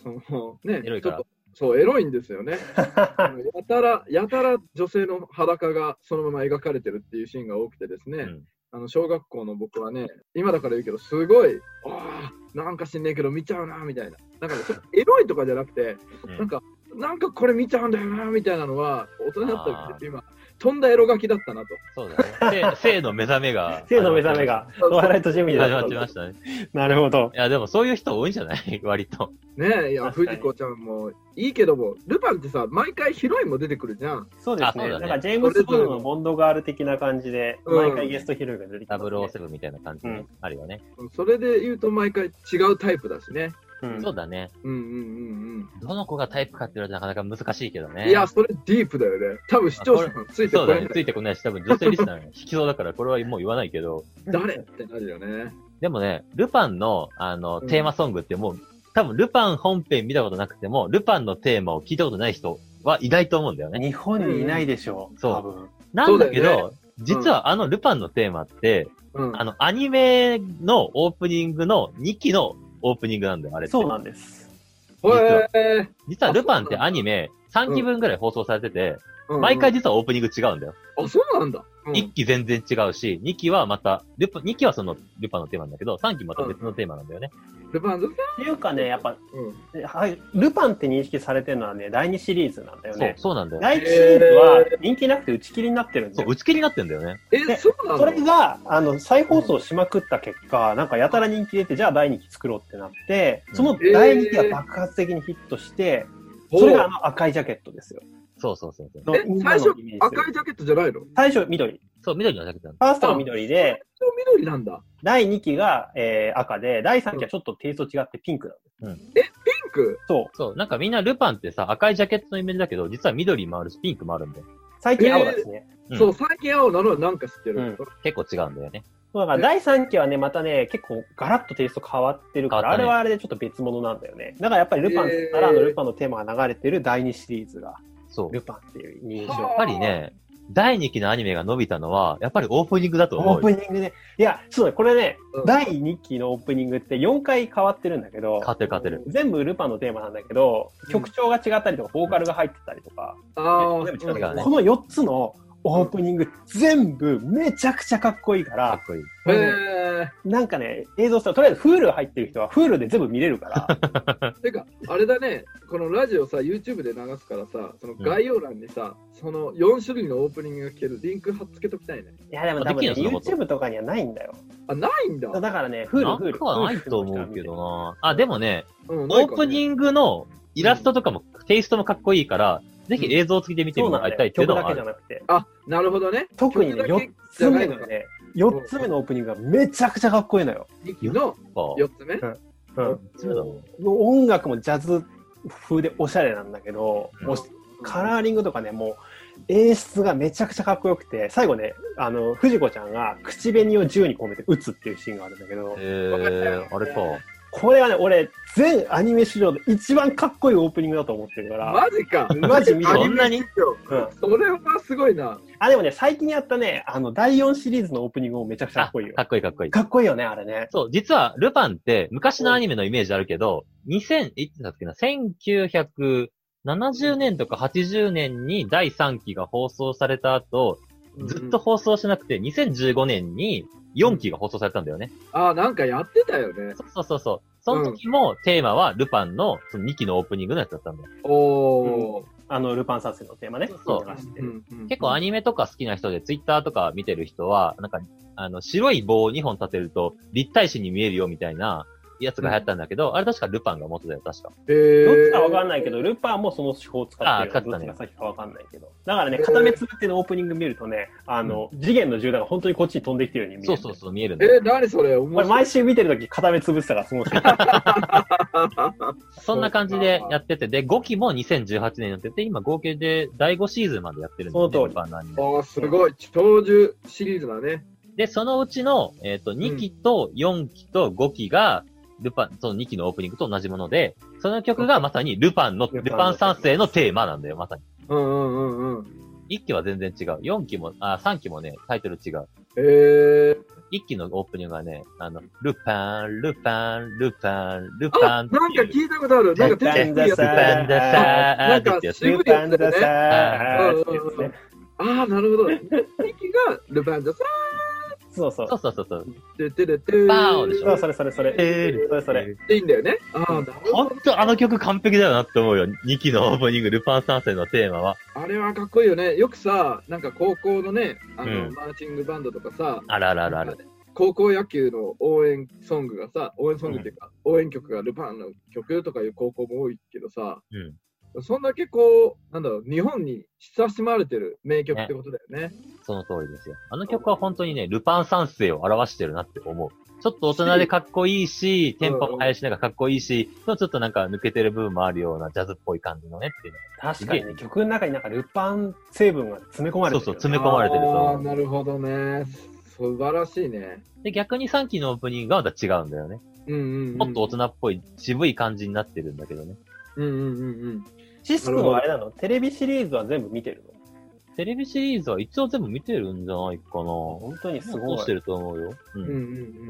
[SPEAKER 3] そのね、
[SPEAKER 2] エロいから。
[SPEAKER 3] そう、エロいんですよね。やたら、やたら女性の裸がそのまま描かれてるっていうシーンが多くてですね、うん、あの小学校の僕はね、今だから言うけど、すごい、ああ、なんか知んねえけど見ちゃうな、みたいな。なんかね、エロいとかじゃなくて、うん、なんか、なんかこれ見ちゃうんだよな、みたいなのは、大人だったら今、飛んだエロ書きだったなと。
[SPEAKER 2] そうだね。性の目覚めが。
[SPEAKER 1] 性の目覚めが、トワイライトジェミニー
[SPEAKER 2] 始まってましたね。
[SPEAKER 1] なるほど。
[SPEAKER 2] いや、でもそういう人多いんじゃない割と。
[SPEAKER 3] ねえ、いや、藤子ちゃんもいいけども、ルパンってさ、毎回ヒロインも出てくるじゃん。
[SPEAKER 1] そうですね。なんかジェームズ・ボンドのボンドガール的な感じで、毎回ゲストヒロインが出てきて、ね。
[SPEAKER 2] ダブルオーセブンみたいな感じであるよね。
[SPEAKER 3] それで言うと毎回違うタイプだしね。
[SPEAKER 2] うん、そうだね。
[SPEAKER 3] うんうんうんうん。
[SPEAKER 2] どの子がタイプかって言われたらなかなか難しいけどね。
[SPEAKER 3] いや、それディープだよね。多分視聴者ついてこない。そうだね。
[SPEAKER 2] ついてこないし、多分女性リスナー引きそうだから、これはもう言わないけど。
[SPEAKER 3] 誰ってなるよね。
[SPEAKER 2] でもね、ルパンの、あの、テーマソングってもう、多分ルパン本編見たことなくても、ルパンのテーマを聞いたことない人はいないと思うんだよね。
[SPEAKER 1] 日本にいないでしょう。
[SPEAKER 2] そう。
[SPEAKER 1] 多分
[SPEAKER 2] なんだけど、ね、実はあのルパンのテーマって、うん、あの、アニメのオープニングのにきのオープニングなんだよ、あれって。
[SPEAKER 1] そうなんです。
[SPEAKER 2] 実は、実はルパンってアニメさんきぶんぐらい放送されてて、うん、毎回実はオープニング違うんだよ。
[SPEAKER 3] あ、そうなんだ。うん、
[SPEAKER 2] いっき全然違うし、にきはまた、ルパン、にきはそのルパンのテーマなんだけど、さんきまた別のテーマなんだよね。
[SPEAKER 3] うん、ルパン
[SPEAKER 1] っていうかね、やっぱ、うんはい、ルパンって認識されてるのはね、だいにシリーズなんだよね。
[SPEAKER 2] そう、そうなんだよ。
[SPEAKER 1] だいいちシリーズは人気なくて打ち切りになってるんだよ。
[SPEAKER 2] そう、打ち切りになってるんだよね。
[SPEAKER 3] え、そうなの？
[SPEAKER 1] それが、あの、再放送しまくった結果、なんかやたら人気出て、じゃあだいにき作ろうってなって、そのだいにきが爆発的にヒットして、それがあの赤いジャケットですよ。
[SPEAKER 2] そうそうそうそう。
[SPEAKER 3] え、最初赤いジャケットじゃないの？
[SPEAKER 1] 最初緑。
[SPEAKER 2] そう、緑のジャケットなん
[SPEAKER 1] だ。ファーストが緑で、
[SPEAKER 3] 最初緑なんだ。
[SPEAKER 1] だいにきが、えー、赤で、だいさんきはちょっとテイスト違ってピンクなんです。
[SPEAKER 3] うん、え、ピンク？
[SPEAKER 1] そう。
[SPEAKER 2] そう、なんかみんなルパンってさ、赤いジャケットのイメージだけど、実は緑もあるし、ピンクもあるんだよ。
[SPEAKER 1] 最近青ですね。
[SPEAKER 3] えーうん、そう、最近青なのはなんか知ってる。うん、
[SPEAKER 2] 結構違うんだよね。
[SPEAKER 1] だからだいさんきはね、またね、結構ガラッとテイスト変わってるから、ね、あれはあれでちょっと別物なんだよね。だからやっぱりルパンならのルパンのテーマが流れてるだいにシリーズが、そう。ルパンっていう認証。
[SPEAKER 2] やっぱりね、だいにきのアニメが伸びたのは、やっぱりオープニングだと思う。
[SPEAKER 1] オープニングね。いや、そうだ、これね、うん、だいにきのオープニングってよんかい変わってるんだけど、
[SPEAKER 2] 変わってる変わってる。
[SPEAKER 1] 全部ルパンのテーマなんだけど、曲調が違ったりとか、ボーカルが入ってたりとか、
[SPEAKER 3] ああ、
[SPEAKER 1] 全部違うからね。このよっつのオープニング全部めちゃくちゃかっこいいから、
[SPEAKER 2] かっこいい。
[SPEAKER 1] へー。なんかね、映像したら、とりあえず Hulu 入ってる人は Hulu で全部見れるから。
[SPEAKER 3] てか、あれだね、このラジオさ、YouTube で流すからさ、その概要欄にさ、うん、そのよんしゅるいのオープニングが聞けるリンク貼っつけときたいね。
[SPEAKER 1] いや、でも多分ね、YouTube とかにはないんだよ。
[SPEAKER 3] あ、ないんだ。
[SPEAKER 1] だからね、Hulu、Hulu。
[SPEAKER 2] なんかはないと思うけどな。あ、でもね、うん、オープニングのイラストとかも、うん、テイストもかっこいいから、ぜひ映像付きで見てもらいたいっていうのはある。
[SPEAKER 3] 曲だけじゃなくて。あ、なるほどね。
[SPEAKER 1] 特にね、よっつめのね、よっつめのオープニングがめちゃくちゃかっこいいのよ。
[SPEAKER 3] にきのよっつめ？
[SPEAKER 1] うん。うん。音楽もジャズ風でおしゃれなんだけど、うん、カラーリングとかね、もう演出がめちゃくちゃかっこよくて、最後ね、あの、藤子ちゃんが口紅を銃に込めて撃つっていうシーンがあるんだけど。
[SPEAKER 2] へー、あれか。
[SPEAKER 1] これはね、俺、全アニメ史上で一番かっこいいオープニングだと思ってるから。
[SPEAKER 3] マジか。
[SPEAKER 1] マジ見て
[SPEAKER 2] そんなに、うん、
[SPEAKER 3] それはすごいな。
[SPEAKER 1] あ、でもね、最近やったね、あの、だいよんシリーズのオープニングもめちゃくちゃかっこいいよ。
[SPEAKER 2] かっこいいかっこいい。
[SPEAKER 1] かっこいいよね、あれね。
[SPEAKER 2] そう、実は、ルパンって、昔のアニメのイメージあるけど、にせん、いつだっけな、せんきゅうひゃくななじゅうねんとかはちじゅうねんにだいさんきが放送された後、ずっと放送しなくて、にせんじゅうごねんによんきが放送されたんだよね。
[SPEAKER 3] ああ、なんかやってたよね。
[SPEAKER 2] そうそうそう。その時もテーマはルパンのそのにきのオープニングのやつだったんだよ。
[SPEAKER 3] おー。
[SPEAKER 1] うん、あの、ルパン三世のテーマね。
[SPEAKER 2] そう。うんうん、結構アニメとか好きな人で、ツイッターとか見てる人は、なんか、あの、白い棒をにほん立てると立体視に見えるよみたいなやつが流行ったんだけど、うん、あれ確かルパンが元だよ、確か。
[SPEAKER 1] へー。どっちかわかんないけど、ルパンもその手法を使ってる。ああ、使ってたね。どっちが先かわかんないけど。だからね、片目つぶってのオープニング見るとね、あの、うん、次元の銃弾が本当にこっちに飛んできてるように見える。
[SPEAKER 2] そうそうそう、見えるんだよ。
[SPEAKER 3] えー、何それ？
[SPEAKER 1] 俺毎週見てるとき片目つぶってたから、すごい。
[SPEAKER 2] そんな感じでやってて、で、ごきもにせんじゅうはちねんになってて、今合計でだいごシーズンまでやってるんだよね。
[SPEAKER 1] その通り。
[SPEAKER 3] ああ、すごい。長寿シリーズだね。
[SPEAKER 2] で、そのうちの、えっと、にきとよんきとごきが、ルパン、そのにきのオープニングと同じもので、その曲がまさにルパンの、ルパン三世のテーマなんだよ、まさに。
[SPEAKER 3] うんうんうんうん。
[SPEAKER 2] いっきは全然違う。よんきも、あ、さんきもね、タイトル違う。
[SPEAKER 3] へー。
[SPEAKER 2] 一期のオープニングはね、あの、ルパン、ルパン、ルパン、ルパンっていう。
[SPEAKER 3] なんか聞いたことある。なんかテレビでやってた。
[SPEAKER 2] ルパンださー。
[SPEAKER 3] なんか渋いやつだね。ああ、なるほど。一期がルパンださ
[SPEAKER 1] ー。そうそう。
[SPEAKER 2] そうそうそうそう。
[SPEAKER 3] ててれて
[SPEAKER 2] バーンでしょ。
[SPEAKER 1] それそれそれ。それそれ。
[SPEAKER 3] いいんだよね。ああ、なるほど。
[SPEAKER 2] ほんとあの曲完璧だよなって思うよ。にきのオープニング、ルパン三世のテーマは。
[SPEAKER 3] あれはかっこいいよね。よくさ、なんか高校のね、あの、うん、マーチングバンドとかさ、
[SPEAKER 2] あるあるあるある。
[SPEAKER 3] 高校野球の応援ソングがさ、応援ソングっていうか、うん、応援曲がルパンの曲とかいう高校も多いけどさ、うん、そんな結構、なんだろう、日本に親しまれてる名曲ってことだよね。ね、
[SPEAKER 2] その通りですよ。あの曲は本当にね、ルパン三世を表してるなって思う。ちょっと大人でかっこいいし、テンポも速いし、なんかかっこいいし、ちょっとなんか抜けてる部分もあるようなジャズっぽい感じのねっていうの。
[SPEAKER 1] 確かにね、曲の中になんかルパン成分が詰め込まれてる、ね。
[SPEAKER 2] そうそう、詰め込まれてると。
[SPEAKER 3] ああ、なるほどね。素晴らしいね。
[SPEAKER 2] で、逆にさんきのオープニングがまた違うんだよね。
[SPEAKER 3] うんうんうん、
[SPEAKER 2] もっと大人っぽい、渋い感じになってるんだけどね。
[SPEAKER 3] うんうんうんうん。
[SPEAKER 1] シス君はあれなの？テレビシリーズは全部見てるの？
[SPEAKER 2] テレビシリーズは一応全部見てるんじゃないかな。
[SPEAKER 1] 本当にすごい。
[SPEAKER 2] してると思うよ。
[SPEAKER 3] うん。うんうんうん、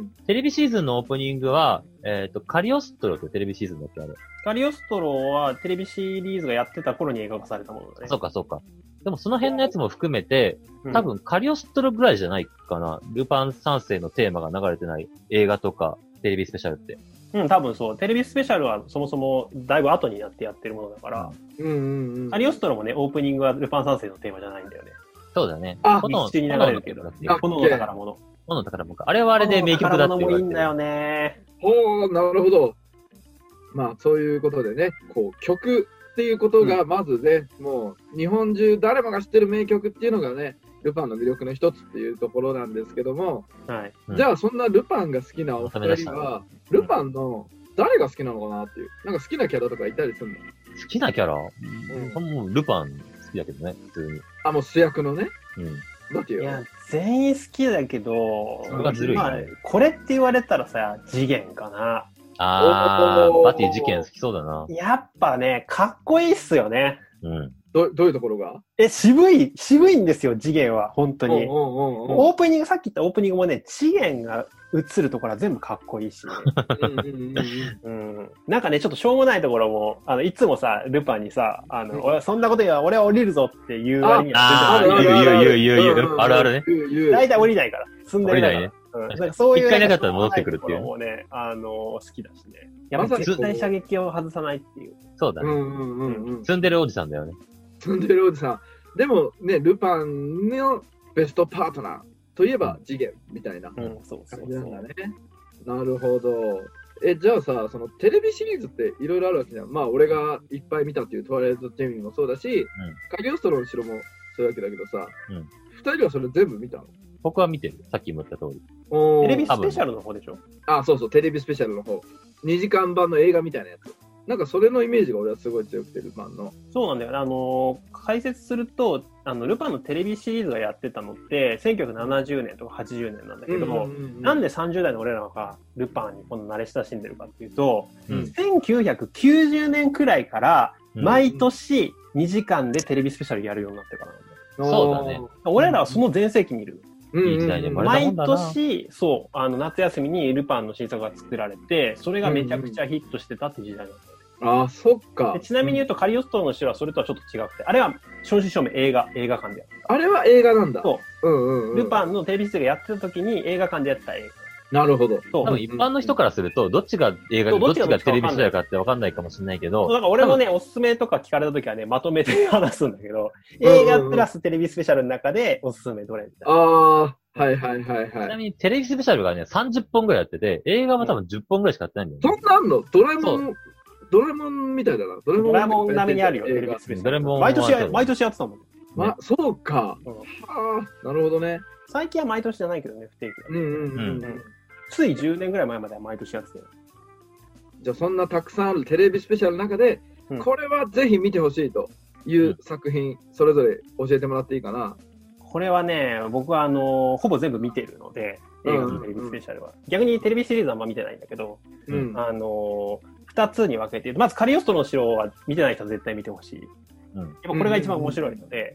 [SPEAKER 2] テレビシーズンのオープニングは、えっ、ー、と、カリオストロってテレビシーズンだっけあれ。
[SPEAKER 1] カリオストロはテレビシリーズがやってた頃に映画化されたものだね。
[SPEAKER 2] そうかそうか。でもその辺のやつも含めて、多分カリオストロぐらいじゃないかな。うん、ルパン三世のテーマが流れてない映画とかテレビスペシャルって。
[SPEAKER 1] うん、多分そう。テレビスペシャルはそもそもだいぶ後になってやってるものだから。
[SPEAKER 3] うんうんうん。
[SPEAKER 1] カリオストロもね、オープニングはルパン三世のテーマじゃないんだよね。
[SPEAKER 2] そうだね。
[SPEAKER 1] あ、一緒に流れるけど。炎の宝物。
[SPEAKER 2] 炎の宝物か。あれはあれで名曲だって言われてる。
[SPEAKER 1] 炎の宝物もいいんだよね。
[SPEAKER 3] ほー、なるほど。まあ、そういうことでね、こう、曲っていうことが、まずね、うん、もう、日本中誰もが知ってる名曲っていうのがね、ルパンの魅力の一つっていうところなんですけども、
[SPEAKER 1] はい。
[SPEAKER 3] じゃあ、そんなルパンが好きなお二人は、ルパンの誰が好きなのかなっていう、なんか好きなキャラとかいたりするの？
[SPEAKER 2] 好きなキャラ？うん、もうルパン好きだけどね、普通に。
[SPEAKER 3] あ、もう主役のね。
[SPEAKER 2] うん。
[SPEAKER 3] だってよ。
[SPEAKER 1] いや、全員好きだけど、
[SPEAKER 2] それがずるいね。
[SPEAKER 1] まあ、これって言われたらさ、次元かな。
[SPEAKER 2] あー、バティ事件好きそうだな。
[SPEAKER 1] やっぱね、かっこいいっすよね。
[SPEAKER 2] うん。
[SPEAKER 3] ど, どういうところが？
[SPEAKER 1] え、渋い、渋いんですよ、次元は、本当に。
[SPEAKER 3] おうおうおうおう、
[SPEAKER 1] オープニング、さっき言ったオープニングもね、次元が映るところは全部かっこいいし、ねうん。なんかね、ちょっとしょうもないところも、あの、いつもさ、ルパンにさ、あの、うん、俺そんなこと言うわ、俺は降りるぞって言う割には
[SPEAKER 2] ああ、言う言う言う言う言う。あるあるね。
[SPEAKER 1] 大体降りないから。積んでるから。
[SPEAKER 2] 降りないね。
[SPEAKER 1] うん、なんかそういう。
[SPEAKER 2] 一回なかったら戻ってくるっていう。
[SPEAKER 1] もね、あの、好きだしね。やっぱ絶対射撃を外さないっていう。
[SPEAKER 2] そうだね。
[SPEAKER 3] うんうんうんうん。
[SPEAKER 2] 積んでるおじさんだよね。
[SPEAKER 3] 積んでるおじさん。でもね、ルパンのベストパートナーといえば次元みたいな感じなんだね。なるほど。え、じゃあさ、そのテレビシリーズっていろいろあるわけじゃん。まあ、俺がいっぱい見たっていうトワイライトジェミーもそうだし、うん、カリオストロの城もそういうわけだけどさ、うん、ふたりはそれ全部見たの？
[SPEAKER 2] 僕は見てる。さっきも言った通り。
[SPEAKER 1] テレビスペシャルの方でしょ？
[SPEAKER 3] あ、そうそう、テレビスペシャルの方。にじかんばんの映画みたいなやつ。なんかそれのイメージが俺はすごい強くて、ルパンの。
[SPEAKER 1] そうなんだよね。あのー、解説すると、あの、ルパンのテレビシリーズがやってたのって、せんきゅうひゃくななじゅうねんとかはちじゅうねんなんだけど、うんうんうん、なんでさんじゅう代の俺らがルパンにこの慣れ親しんでるかっていうと、うん、せんきゅうひゃくきゅうじゅうねんくらいから、毎年にじかんでテレビスペシャルやるようになってからなんだよ。
[SPEAKER 2] うん、そうだね。
[SPEAKER 1] 俺らはその全盛期にいる。
[SPEAKER 2] いい時代で
[SPEAKER 1] 毎年、そう、あの、夏休みにルパンの新作が作られて、それがめちゃくちゃヒットしてたって時代なんだよね。
[SPEAKER 3] ああ、そっか。
[SPEAKER 1] ちなみに言うと、カリオストロの城はそれとはちょっと違くて、あれは正真正銘映画、映画館でやった。
[SPEAKER 3] あれは映画なんだ。
[SPEAKER 1] そう。
[SPEAKER 3] うんうんうん。
[SPEAKER 1] ルパンのテレビシリーズがやってた時に映画館でやった映画。
[SPEAKER 3] なるほど。
[SPEAKER 2] 多分一般の人からすると、どっちが映画でどっちがテレビシリーズかって分かんないかもしれないけど。
[SPEAKER 1] だから俺もね、おすすめとか聞かれた時はね、まとめて話すんだけど、映画プラステレビスペシャルの中でおすすめどれみたいな。
[SPEAKER 3] ああ、はいはいはいはい。ち
[SPEAKER 2] なみにテレビスペシャルがね、さんじゅっぽんぐらいやってて、映画も多分じゅっぽんぐらいしかやってないんだよね。
[SPEAKER 3] そんなあんの？ドラえもん、ドラえもんみたいだな。
[SPEAKER 1] ドラえもん、ドラえもん並みにあるよ、テレビスペシャル。
[SPEAKER 2] ドラえもん
[SPEAKER 1] 毎年や、毎年やってたもん。
[SPEAKER 3] ま、ね、そうか。うん、はあ、なるほどね。
[SPEAKER 1] 最近は毎年じゃないけどね、不定期だ、ね。
[SPEAKER 3] うんうんうん。うん
[SPEAKER 1] ついじゅうねんぐらい前までは毎年やってたよ。
[SPEAKER 3] じゃあそんなたくさんあるテレビスペシャルの中で、うん、これはぜひ見てほしいという作品、それぞれ教えてもらっていいかな。
[SPEAKER 1] これはね、僕はあのほぼ全部見てるので、映画のテレビスペシャルは。うんうん、逆にテレビシリーズはあんま見てないんだけど、うん、あのふたつに分けて、まずカリオストロの城は見てない人は絶対見てほしい。うん、やっぱこれが一番面白いので、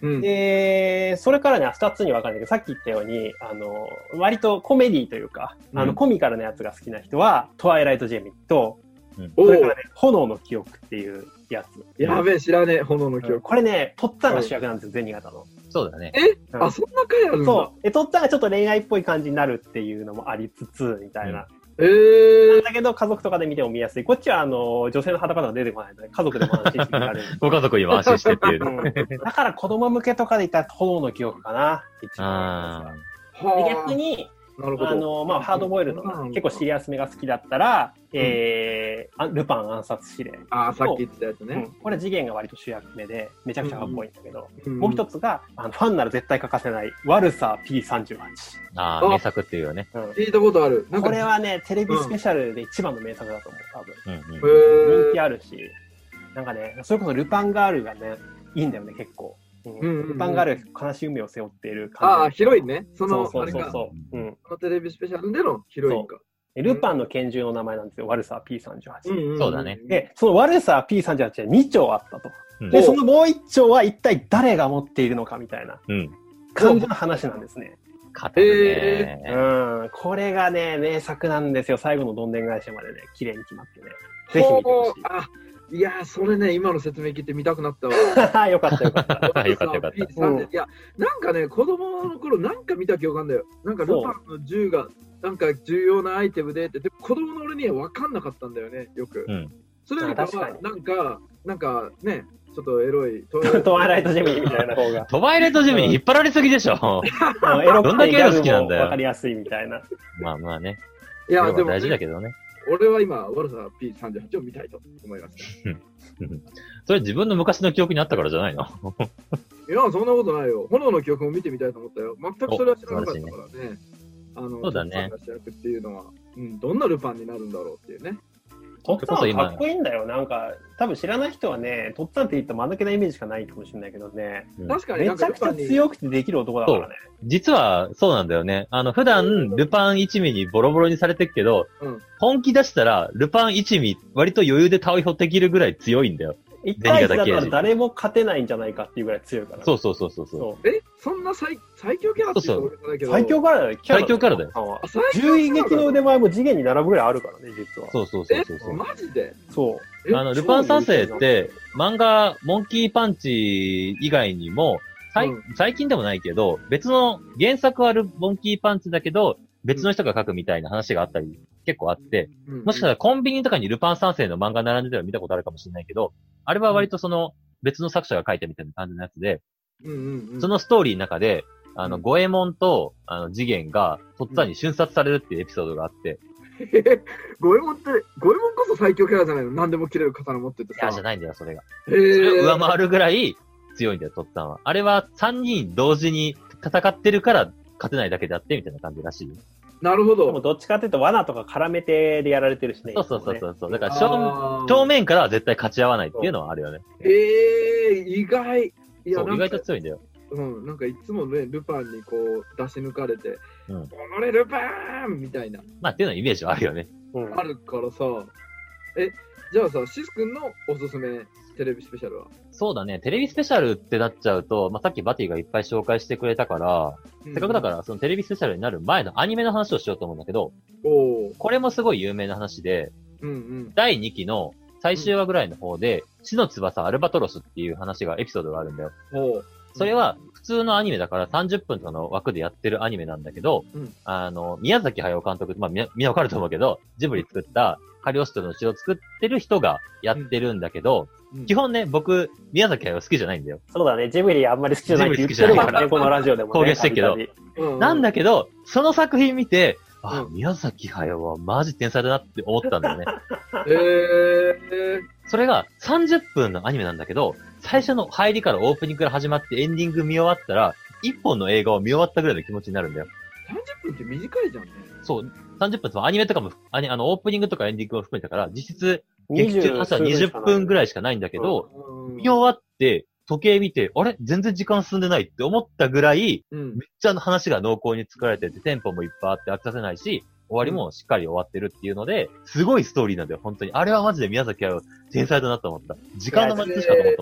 [SPEAKER 3] うん、
[SPEAKER 1] で、それからね、二つに分かれるけど、さっき言ったように、あの、割とコメディというか、うん、あの、コミカルなやつが好きな人は、トワイライトジェミと、うん、それからね、炎の記憶っていうやつ。
[SPEAKER 3] やべえ、知らねえ、炎の記憶。うん、
[SPEAKER 1] これね、トッツァンが主役なんですよ、銭形の。
[SPEAKER 2] そうだね。
[SPEAKER 3] え、うん、あ、そんな回あるんだ。
[SPEAKER 1] そう。え、トッツァンがちょっと恋愛っぽい感じになるっていうのもありつつ、みたいな。
[SPEAKER 3] うん、えー。
[SPEAKER 1] なんだけど、家族とかで見ても見やすい。こっちは、あの、女性の裸が出てこないので、家族でも安心して見られる。
[SPEAKER 2] ご家族にも安心してっていう、ね
[SPEAKER 1] うん。だから子供向けとかで言ったら、炎の記憶かな。一番で逆に、
[SPEAKER 3] なるほど。
[SPEAKER 1] あの、まあ、ハードボイルドな、結構シリアスめが好きだったら、うん、えー、ルパン暗殺指令。
[SPEAKER 3] ああ、さっき言ってたやつね。
[SPEAKER 1] うん、これ次元が割と主役目で、めちゃくちゃかっこいいんだけど、うん、もう一つが、あの、ファンなら絶対欠かせない、ワルサー ピーさんじゅうはち。
[SPEAKER 2] ああ、名作っていうよね。
[SPEAKER 3] うん、聞いたことある。
[SPEAKER 1] なんかこれはね、テレビスペシャルで一番の名作だと思う、多分。
[SPEAKER 3] うんうん、
[SPEAKER 1] 人気あるし、なんかね、それこそルパンガールがね、いいんだよね、結構。うんうんうん、ルパンガールが悲しい海を背負っている感じ。
[SPEAKER 3] ああ、ヒロインね。その、
[SPEAKER 1] そうそうそう。うん。
[SPEAKER 3] このテレビスペシャルでのヒロインか。
[SPEAKER 1] ルパンの拳銃の名前なんですよ。ワルサー ピーさんじゅうはち。
[SPEAKER 2] うんうん、そうだね。
[SPEAKER 1] で、そのワルサー ピーさんじゅうはちはに丁あったと。うん、で、そのもういっ丁は一体誰が持っているのかみたいな感じの話なんですね。
[SPEAKER 2] 語るね、
[SPEAKER 1] えー。うん。これがね、名作なんですよ。最後のどんでん返しまでね、綺麗に決まってね。ぜひ見てほしい。
[SPEAKER 3] あいやー、それね、今の説明聞いて見たくなったわ。
[SPEAKER 1] よかったよかった。
[SPEAKER 2] よかったよかった。
[SPEAKER 3] うん、いや、なんかね、子供の頃なんか見た記憶あるんだよ。なんかルパンの銃が、なんか重要なアイテムでって、でも子供の俺には分かんなかったんだよね、よく。うん、それよりかは、なんか、なんかね、ちょっとエロい。
[SPEAKER 1] トワイライトジェミニみたいな方が。
[SPEAKER 2] トワイライトジェミニ引っ張られすぎでしょ。
[SPEAKER 1] エロ
[SPEAKER 2] どんだけエロ好きなんだよ。
[SPEAKER 1] わかりやすいみたいな。
[SPEAKER 2] まあまあね。
[SPEAKER 3] いや、でも、
[SPEAKER 2] 大事だけどね。
[SPEAKER 3] 俺は今、ワルサー ピーさんじゅうはち を見たいと思いました。
[SPEAKER 2] それ自分の昔の記憶にあったからじゃないの？
[SPEAKER 3] いや、そんなことないよ。炎の記憶も見てみたいと思ったよ。全くそれは知らなかったからね。あの、
[SPEAKER 2] そうだね。
[SPEAKER 3] 主役っていうのは、うん、どんなルパンになるんだろうっていうね。
[SPEAKER 1] トッツァンはかっこいいんだよ。なんか、多分知らない人はね、トッツァンって言ったら間抜けなイメージしかないかもしれないけどね。
[SPEAKER 3] うん、確かに
[SPEAKER 1] めちゃくちゃ強くてできる男だからね。
[SPEAKER 2] 実はそうなんだよね。あの、普段、ルパン一味にボロボロにされてるけど、うん、本気出したら、ルパン一味、割と余裕で対応できるぐらい強いんだよ。
[SPEAKER 1] 一対一だったら誰も勝てないんじゃないかっていうぐらい強いから、ね。
[SPEAKER 2] そうそうそうそうそう。
[SPEAKER 3] えそんな最最強キャラって言うと
[SPEAKER 1] けど最強キャラだよ。
[SPEAKER 2] 最強キャラだよ。
[SPEAKER 1] 銃撃の腕前も次元に並ぶぐらいあるからね、実は。
[SPEAKER 2] そうそうそうそうそう。
[SPEAKER 3] マジで
[SPEAKER 1] そ
[SPEAKER 2] う。あの、ルパン三世って、漫画、モンキーパンチ以外にも、最、うん、最近でもないけど、別の原作あるモンキーパンチだけど、別の人が書くみたいな話があったり、結構あって、うんうん、もしかしたらコンビニとかにルパン三世の漫画並んでたら見たことあるかもしれないけど、あれは割とその別の作者が書いたみたいな感じのやつで、
[SPEAKER 3] うんうんうん、
[SPEAKER 2] そのストーリーの中で、あの、五右衛門と、あの、次元が、とっつぁんに瞬殺されるっていうエピソードがあって。
[SPEAKER 3] 五右衛門って、五右衛門こそ最強キャラじゃないの？何でも切れる刀持っててさ。
[SPEAKER 2] いや、じゃないんだよ、それが。それを上回るぐらい強いんだよ、とっつぁんは。あれは三人同時に戦ってるから勝てないだけであって、みたいな感じらしいよ。
[SPEAKER 3] なるほど。
[SPEAKER 1] でもどっちかっていうと罠とか絡めてでやられてるしね。
[SPEAKER 2] そうそうそうそう。だから正、正面からは絶対勝ち合わないっていうのはあるよね。
[SPEAKER 3] ええー、意外。い
[SPEAKER 2] や、意外と強いんだよ。
[SPEAKER 3] うん、なんかいつもね、ルパンにこう出し抜かれて、うん、これルパンみたいな。
[SPEAKER 2] まあっていうのイメージはあるよね。
[SPEAKER 3] うん、あるからさ、え、じゃあさ、シス君のおすすめテレビスペシャルは？
[SPEAKER 2] そうだね、テレビスペシャルってなっちゃうと、まあさっきバティがいっぱい紹介してくれたから、うん、せっかくだからそのテレビスペシャルになる前のアニメの話をしようと思うんだけど、
[SPEAKER 3] お
[SPEAKER 2] これもすごい有名な話で、
[SPEAKER 3] うんうん、
[SPEAKER 2] だいにきの最終話ぐらいの方で、死の翼アルバトロスっていう話が、エピソードがあるんだよ。
[SPEAKER 3] お
[SPEAKER 2] それは普通のアニメだからさんじゅっぷんとかの枠でやってるアニメなんだけど、
[SPEAKER 3] うん、
[SPEAKER 2] あの、宮崎駿監督、まあみんな、みんなわかると思うけど、ジブリ作ったカリオストロの城を作ってる人がやってるんだけど、うん、基本ね、僕、宮崎駿好きじゃないんだよ。
[SPEAKER 1] そうだね、ジブリあんまり好きじゃないって言ってるからね、このラジオでもね。
[SPEAKER 2] 公言してるけど、
[SPEAKER 3] うんうん。
[SPEAKER 2] なんだけど、その作品見て、あ、うん、宮崎駿はマジ天才だなって思ったんだよね。
[SPEAKER 3] へー。
[SPEAKER 2] それがさんじゅっぷんのアニメなんだけど、最初の入りからオープニングから始まってエンディング見終わったら、一本の映画を見終わったぐらいの気持ちになるんだよ。
[SPEAKER 3] さんじゅっぷんって短いじゃんね。
[SPEAKER 2] そう。さんじゅっぷんってアニメとかも、アニあの、オープニングとかエンディングも含めたから、実質、劇中朝にじゅっぷんぐらいしかないんだけど、見終わって、時計見て、あれ全然時間進んでないって思ったぐらい、
[SPEAKER 3] うん、
[SPEAKER 2] めっちゃ話が濃厚に作られてて、テンポもいっぱいあって飽きさせないし、終わりもしっかり終わってるっていうので、すごいストーリーなんだよ、本当に。あれはマジで宮崎駿天才だなと思った。時間の待ちしかと思ったもん。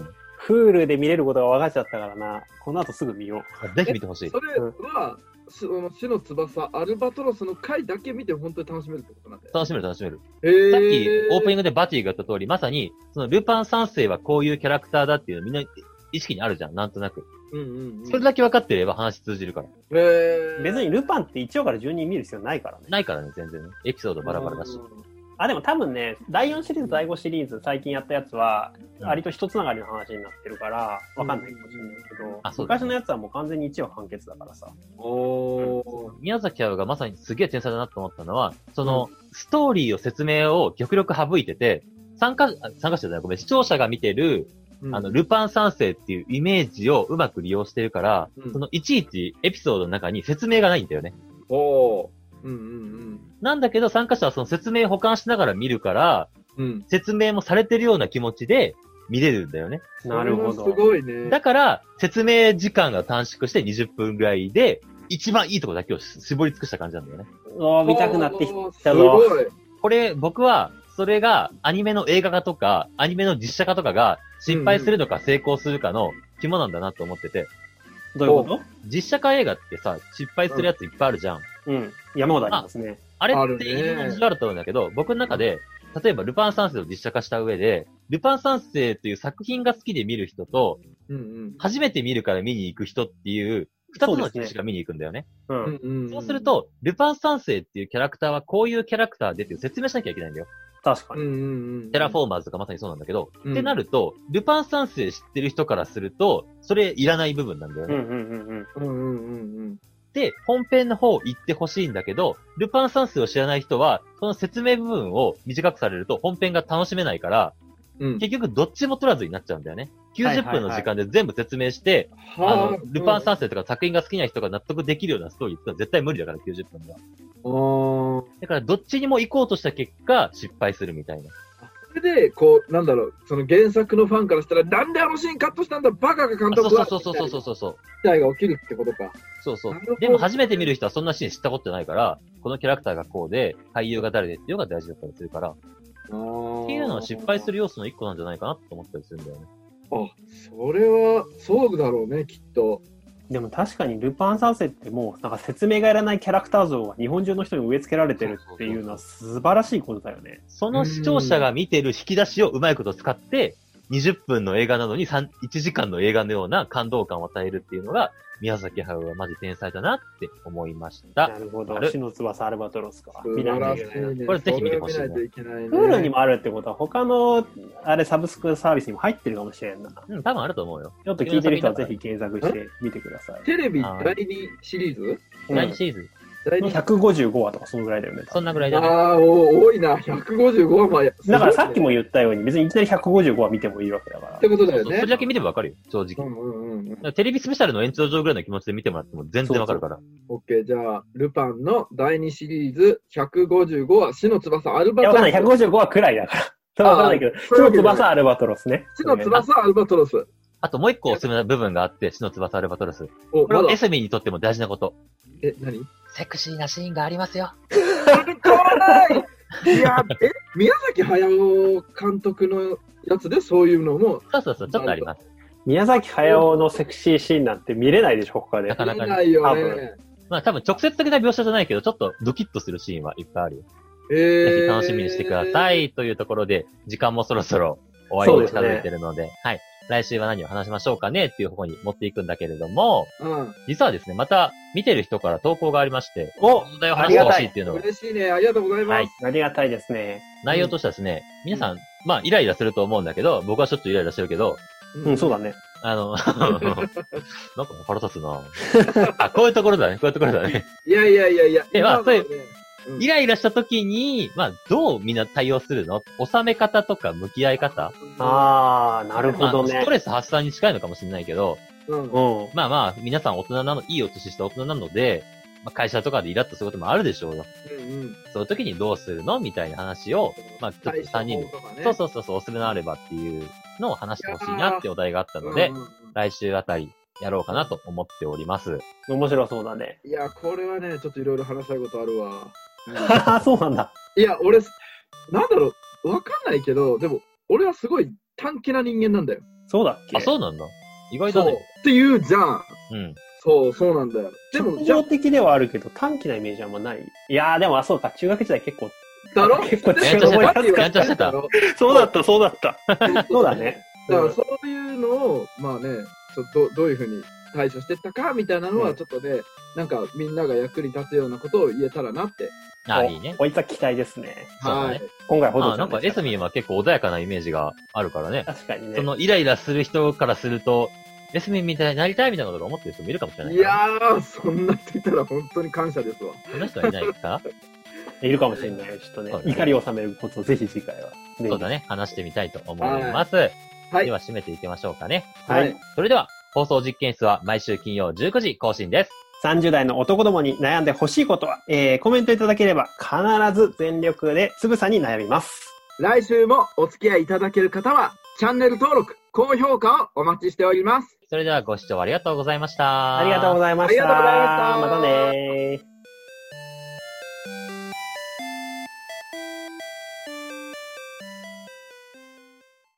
[SPEAKER 1] Hulu で見れることが分かっちゃったからな。この後すぐ見よ
[SPEAKER 2] う。ぜひ見てほしい。
[SPEAKER 3] それは、うん、死の翼、アルバトロスの回だけ見て本当に楽しめるってことなんだよ。
[SPEAKER 2] 楽しめる楽しめる。
[SPEAKER 3] へー。
[SPEAKER 2] さっきオープニングでバティが言った通り、まさに、そのルパン三世はこういうキャラクターだっていうのみんな意識にあるじゃん、なんとなく。
[SPEAKER 3] うんうんうん、
[SPEAKER 2] それだけ分かってれば話通じるから。
[SPEAKER 3] へー。
[SPEAKER 1] 別にルパンっていちわから順に見る必要ないからね。
[SPEAKER 2] ないからね、全然ね。エピソードバラバラだし。
[SPEAKER 1] あ、でも多分ね、だいよんシリーズ、だいごシリーズ、最近やったやつは、割と一つながりの話になってるから、わかんないかもしれないけど、うん、昔のやつはもう完全にいちわ完結だからさ。
[SPEAKER 2] おー。うん、宮崎駿がまさにすげえ天才だなと思ったのは、その、うん、ストーリーを説明を極力省いてて、参加、参加者じゃない、ごめん、視聴者が見てる、うん、あの、ルパン三世っていうイメージをうまく利用してるから、うん、そのいちいちエピソードの中に説明がないんだよね。
[SPEAKER 3] おー。うんうんうん。
[SPEAKER 2] なんだけど参加者はその説明を補完しながら見るから、
[SPEAKER 3] うん、
[SPEAKER 2] 説明もされてるような気持ちで見れるんだよね。
[SPEAKER 1] なるほど。
[SPEAKER 3] すごいね。
[SPEAKER 2] だから、説明時間が短縮してにじゅっぷんぐらいで、一番いいところだけを絞り尽くした感じなんだよね。
[SPEAKER 1] おー、見たくなってきたぞ。す
[SPEAKER 3] ごい。
[SPEAKER 2] これ、僕は、それがアニメの映画化とか、アニメの実写化とかが失敗するのか成功するかの肝なんだなと思ってて。
[SPEAKER 1] どういうこと？
[SPEAKER 2] 実写化映画ってさ、失敗するやついっぱいあるじゃん。
[SPEAKER 1] うん。うん、山ほどありますね。
[SPEAKER 2] あれっていろんな事情あると思うんだけど、僕の中で、例えばルパン三世を実写化した上で、ルパン三世という作品が好きで見る人と、
[SPEAKER 3] うんうん、
[SPEAKER 2] 初めて見るから見に行く人っていう、二つの人しか見に行くんだよね。
[SPEAKER 1] そうですね。
[SPEAKER 2] うん。そうすると、ルパン三世っていうキャラクターはこういうキャラクターでっていう説明しなきゃいけないんだよ。
[SPEAKER 1] 確かに。
[SPEAKER 3] うんうんうん、
[SPEAKER 2] テラフォーマーズとかまさにそうなんだけど、
[SPEAKER 3] うん、
[SPEAKER 2] ってなると、ルパン三世知ってる人からすると、それいらない部分なんだよね。
[SPEAKER 1] うんうんうんうん。
[SPEAKER 3] うんうんうんうん
[SPEAKER 2] で、本編の方行ってほしいんだけど、ルパン三世を知らない人は、その説明部分を短くされると本編が楽しめないから、うん、結局どっちも取らずになっちゃうんだよね。きゅうじゅっぷんの時間で全部説明して、はいはいはい、あの、ルパン三世とか作品が好きな人が納得できるようなストーリーって絶対無理だから、きゅうじゅっぷんでは。
[SPEAKER 3] おー。
[SPEAKER 2] だからどっちにも行こうとした結果、失敗するみたいな。
[SPEAKER 3] それで、こう、なんだろう、その原作のファンからしたら、なんであのシーンカットしたんだ、バカが監督は
[SPEAKER 2] そうそうそうそうそうそう。
[SPEAKER 3] 事態が起きるってことか。
[SPEAKER 2] そうそう。でも初めて見る人はそんなシーン知ったことないから、このキャラクターがこうで、俳優が誰でっていうのが大事だったりするから、っていうのは失敗する要素の一個なんじゃないかなと思ったりするんだよね。
[SPEAKER 3] あ、それは、そうだろうね、きっと。
[SPEAKER 1] でも確かにルパン三世ってもうなんか説明がいらないキャラクター像が日本中の人に植え付けられてるっていうのは素晴らしいことだよね。
[SPEAKER 2] その視聴者が見てる引き出しをうまいこと使ってにじゅっぷんの映画なのにいちじかんの映画のような感動感を与えるっていうのが宮崎駿はマジ天才だなって思いました。
[SPEAKER 1] なるほど。死の翼アルバトロスか。
[SPEAKER 3] 見ないといけないね。
[SPEAKER 2] これぜひ見てほしいね。
[SPEAKER 1] Hulu にもあるってことは他のあれサブスクサービスにも入ってるかもしれんな。
[SPEAKER 2] うん、多分あると思うよ。
[SPEAKER 1] ちょっと聞いてる人はぜひ検索してみてください。
[SPEAKER 3] テレビだいにシリーズ？
[SPEAKER 2] だいにシリーズ。
[SPEAKER 1] ひゃくごじゅうごわとかそのぐらいだよね。
[SPEAKER 2] そんなぐらいだね。
[SPEAKER 3] ああ、多いな。ひゃくごじゅうごわまで。
[SPEAKER 1] だからさっきも言ったように別にいきなりひゃくごじゅうごわ見てもいいわけだから。
[SPEAKER 3] ってことだよね。
[SPEAKER 2] そうそうそれだけ見ればわかるよ、正直。うんうんうん、テレビスペシャルの延長上ぐらいの気持ちで見てもらっても全然わかるから。
[SPEAKER 3] オッケー、じゃあ、ルパンのだいにシリーズひゃくごじゅうごわ、死の翼アルバトロス。いや、わかんない。
[SPEAKER 1] ひゃくごじゅうごわくらいだから。それわかんないけど、死の翼アルバトロスね。
[SPEAKER 3] 死の翼アルバトロス。
[SPEAKER 2] あともう一個おすすめな部分があって、死の翼アルバトロス。これはエスミンにとっても大事なこと。
[SPEAKER 3] え、何？
[SPEAKER 2] セクシーなシーンがありますよ。
[SPEAKER 3] いや、え、宮崎駿監督のやつでそういうのも。
[SPEAKER 2] そうそうそう、ちょっとあります。
[SPEAKER 1] 宮崎駿のセクシーシーンなんて見れないでしょ、他で。
[SPEAKER 2] なかなか
[SPEAKER 3] 見れないよね。
[SPEAKER 2] まあ多分直接的な描写じゃないけど、ちょっとドキッとするシーンはいっぱいあるよ。
[SPEAKER 3] えー、
[SPEAKER 2] ぜひ楽しみにしてください。というところで、時間もそろそろ終わりに近づいてるので、でね、はい。来週は何を話しましょうかねっていう方に持っていくんだけれども、
[SPEAKER 3] うん、
[SPEAKER 2] 実はですね、また見てる人から投稿がありまして、
[SPEAKER 1] お
[SPEAKER 2] 問題を話してほしいっていうのが。
[SPEAKER 3] 嬉しいね。ありがとうございます。はい。
[SPEAKER 1] ありがたいですね。
[SPEAKER 2] 内容としてはですね、うん、皆さん、まあ、イライラすると思うんだけど、僕はしょっちゅうイライラしてるけど、
[SPEAKER 1] うん、そうだね。
[SPEAKER 2] あの、なんか腹立つなあ、こういうところだね、こういうところだね。
[SPEAKER 3] いやいやいやいや。
[SPEAKER 2] で、まあ、そういう、うん、イライラした時に、まあ、どうみんな対応するの？収め方とか向き合い方？
[SPEAKER 1] ああ、なるほどね、
[SPEAKER 2] まあ。ストレス発散に近いのかもしれないけど、
[SPEAKER 3] うん、
[SPEAKER 2] まあまあ、皆さん大人なの、いいお年した大人なので、まあ、会社とかでイラッとすることもあるでしょうよ。
[SPEAKER 3] うんうん、
[SPEAKER 2] そういう時にどうするのみたいな話を、まあ、ちょっとさんにんで、ね、そうそうそうそう、おすすめのあればっていうのを話してほしいなってお題があったので、うんうん、来週あたりやろうかなと思っております。
[SPEAKER 1] 面白そうだね。
[SPEAKER 3] いや、これはね、ちょっといろいろ話したいことあるわ。
[SPEAKER 1] うん、そうなんだ。
[SPEAKER 3] いや、俺、なんだろう、わかんないけど、でも、俺はすごい短気な人間なんだよ。
[SPEAKER 1] そうだっけ？
[SPEAKER 2] あ、そうなんだ。意外だね。
[SPEAKER 3] そうって言うじゃん。
[SPEAKER 2] うん。
[SPEAKER 3] そう、そうなんだよ。
[SPEAKER 1] でも、情的ではあるけど、短気なイメージはあんまない。いやー、でも、そうか、中学時代結構。
[SPEAKER 3] だろ
[SPEAKER 1] 結構
[SPEAKER 2] やんちゃしてた。やんちゃしてた。
[SPEAKER 1] そうだった、そうだった。そうだね。
[SPEAKER 3] だから、そういうのを、まあね、ちょっとどういうふうに対処してったか、みたいなのは、ちょっとね、うん、なんか、みんなが役に立つようなことを言えたらなって。
[SPEAKER 2] あ、いいね。
[SPEAKER 1] こいつは期待ですね。
[SPEAKER 3] はい。
[SPEAKER 1] 今回ほど。
[SPEAKER 2] あ、なんか、エスミンは結構穏やかなイメージがあるからね。
[SPEAKER 1] 確かにね。
[SPEAKER 2] その、イライラする人からすると、エスミンみたいになりたいみたいなことを思ってる人もいるかもしれない。
[SPEAKER 3] いやー、そんなって言ったら本当に感謝ですわ。
[SPEAKER 2] そんな人はいないか
[SPEAKER 1] いるかもしれない。ちょっとね、怒りを収めることをぜひ次回は。
[SPEAKER 2] そうだね、話してみたいと思います。はい。では、締めていきましょうかね。
[SPEAKER 1] はい。
[SPEAKER 2] それでは、放送実験室は毎週金曜じゅうくじ更新です。
[SPEAKER 1] さんじゅう代の男どもに悩んでほしいことは、えー、コメントいただければ必ず全力でつぶさに悩みます。
[SPEAKER 3] 来週もお付き合いいただける方は、チャンネル登録、高評価をお待ちしております。
[SPEAKER 2] それではご視聴ありがとうございました。
[SPEAKER 1] ありがとうございました。
[SPEAKER 3] ありがとうございました。
[SPEAKER 1] またねー。